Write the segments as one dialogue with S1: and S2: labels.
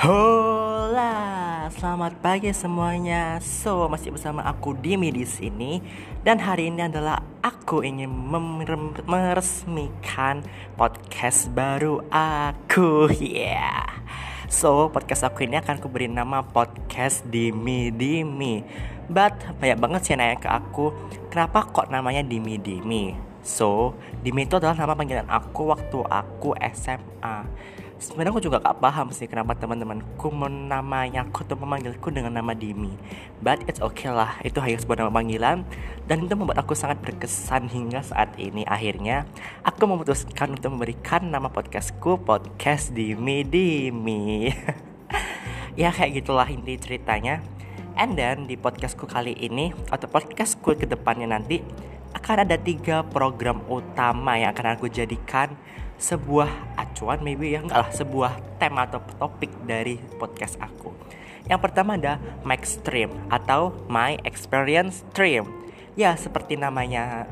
S1: Hola, selamat pagi semuanya. Masih bersama aku Dimi di sini dan hari ini adalah aku ingin meresmikan podcast baru aku. Yeah. Podcast aku ini akan aku beri nama podcast Dimi Dimi. But banyak banget sih nanya ke aku, kenapa kok namanya Dimi Dimi? Dimi itu adalah nama panggilan aku waktu aku SMA. Sebenarnya aku juga gak paham sih kenapa teman-temanku menamainya aku atau memanggilku dengan nama Dimi. But it's okay lah, itu hanya sebuah nama panggilan dan itu membuat aku sangat berkesan hingga saat ini. Akhirnya aku memutuskan untuk memberikan nama podcastku Podcast Dimi Dimi. Ya kayak gitulah inti ceritanya. And then di podcastku kali ini atau podcastku ke depannya nanti akan ada 3 program utama yang akan aku jadikan sebuah acuan, maybe ya enggak lah, sebuah tema atau topik dari podcast aku. Yang pertama ada Maxstream atau My Experience Stream. Ya seperti namanya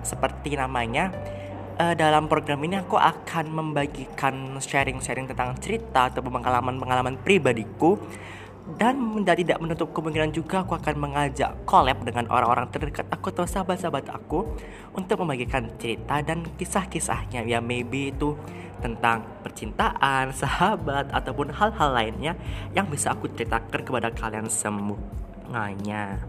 S1: dalam program ini aku akan membagikan sharing-sharing tentang cerita atau pengalaman-pengalaman pribadiku. Dan tidak menutup kemungkinan juga aku akan mengajak collab dengan orang-orang terdekat aku atau sahabat-sahabat aku untuk membagikan cerita dan kisah-kisahnya. Ya maybe itu tentang percintaan, sahabat, ataupun hal-hal lainnya yang bisa aku ceritakan kepada kalian semuanya.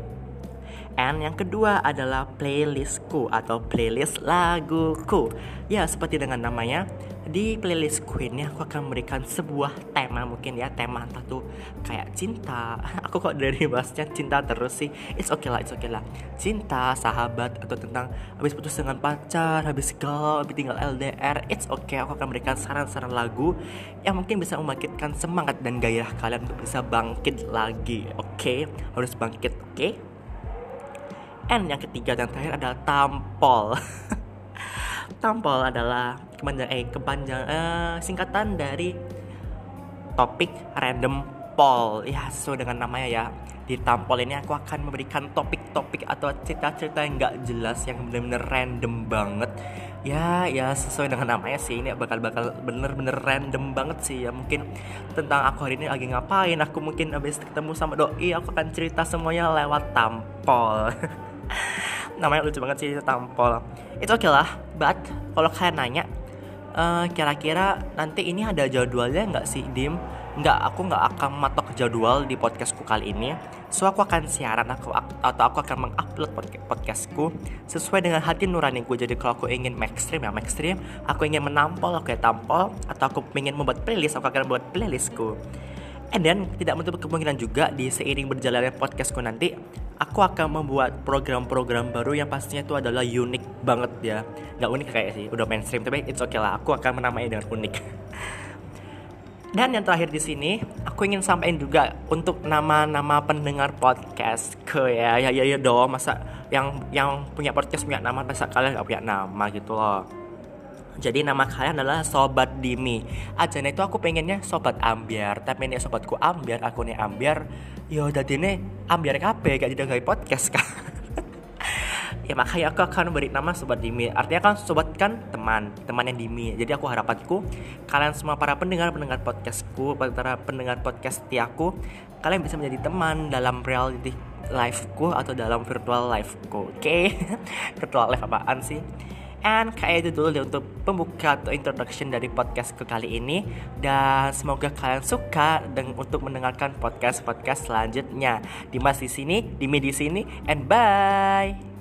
S1: And yang kedua adalah playlistku atau playlist laguku. Ya seperti dengan namanya, di playlistku ini aku akan memberikan sebuah tema, mungkin ya tema entah tuh kayak cinta. Aku kok dari bahasnya cinta terus sih. It's okay lah. Cinta, sahabat, atau tentang habis putus dengan pacar, habis galau, habis tinggal LDR. It's okay, aku akan memberikan saran-saran lagu yang mungkin bisa membangkitkan semangat dan gairah kalian untuk bisa bangkit lagi. Oke, harus bangkit, oke? And yang ketiga dan terakhir adalah tampol. Tampol adalah singkatan dari topik random poll. Ya sesuai dengan namanya ya. Di tampol ini aku akan memberikan topik-topik atau cerita-cerita yang gak jelas, yang benar-benar random banget. Ya sesuai dengan namanya sih, ini bakal bener-bener random banget sih ya. Mungkin tentang aku hari ini lagi ngapain, aku mungkin habis ketemu sama doi, aku akan cerita semuanya lewat tampol. Namanya lucu banget sih, tampol. Itu okay lah. But kalau kalian nanya kira-kira nanti ini ada jadwalnya nggak sih, Dim? Aku nggak akan matok jadwal di podcastku kali ini. Aku akan siaran atau aku akan mengupload podcastku sesuai dengan hati nuraniku. Jadi kalau aku ingin Maxstream, aku ingin menampol, aku ya tampol. Atau aku ingin membuat playlist, aku akan buat playlistku. And then tidak menutup kemungkinan juga di seiring berjalannya podcastku nanti aku akan membuat program-program baru yang pastinya itu adalah unik banget ya. Gak unik kayak sih, udah mainstream, tapi it's okay lah, aku akan menamainya dengan unik. Dan yang terakhir di sini aku ingin sampaikan juga untuk nama-nama pendengar podcastku ya. Ya dong, masa yang punya podcast punya nama, masa kalian gak punya nama gitu loh. Jadi nama kalian adalah Sobat Dimi. Ajane itu aku pengennya Sobat Ambiar, tapi ini sobatku Ambiar, aku nih Ambiar. Yo dadine Ambiar kabeh gak jadi gawe podcast kan. Ya makanya aku akan beri nama Sobat Dimi. Artinya kan sobat kan teman yang Dimi. Jadi aku harapanku kalian semua para pendengar podcastku, para pendengar podcast setiaku, kalian bisa menjadi teman dalam reality life-ku atau dalam virtual life-ku. Oke? Virtual life apaan sih? And kayak itu dulu deh untuk pembuka atau introduction dari podcast ke kali ini. Dan semoga kalian suka untuk mendengarkan podcast selanjutnya. Dimas di sini, Dimi di sini, and bye.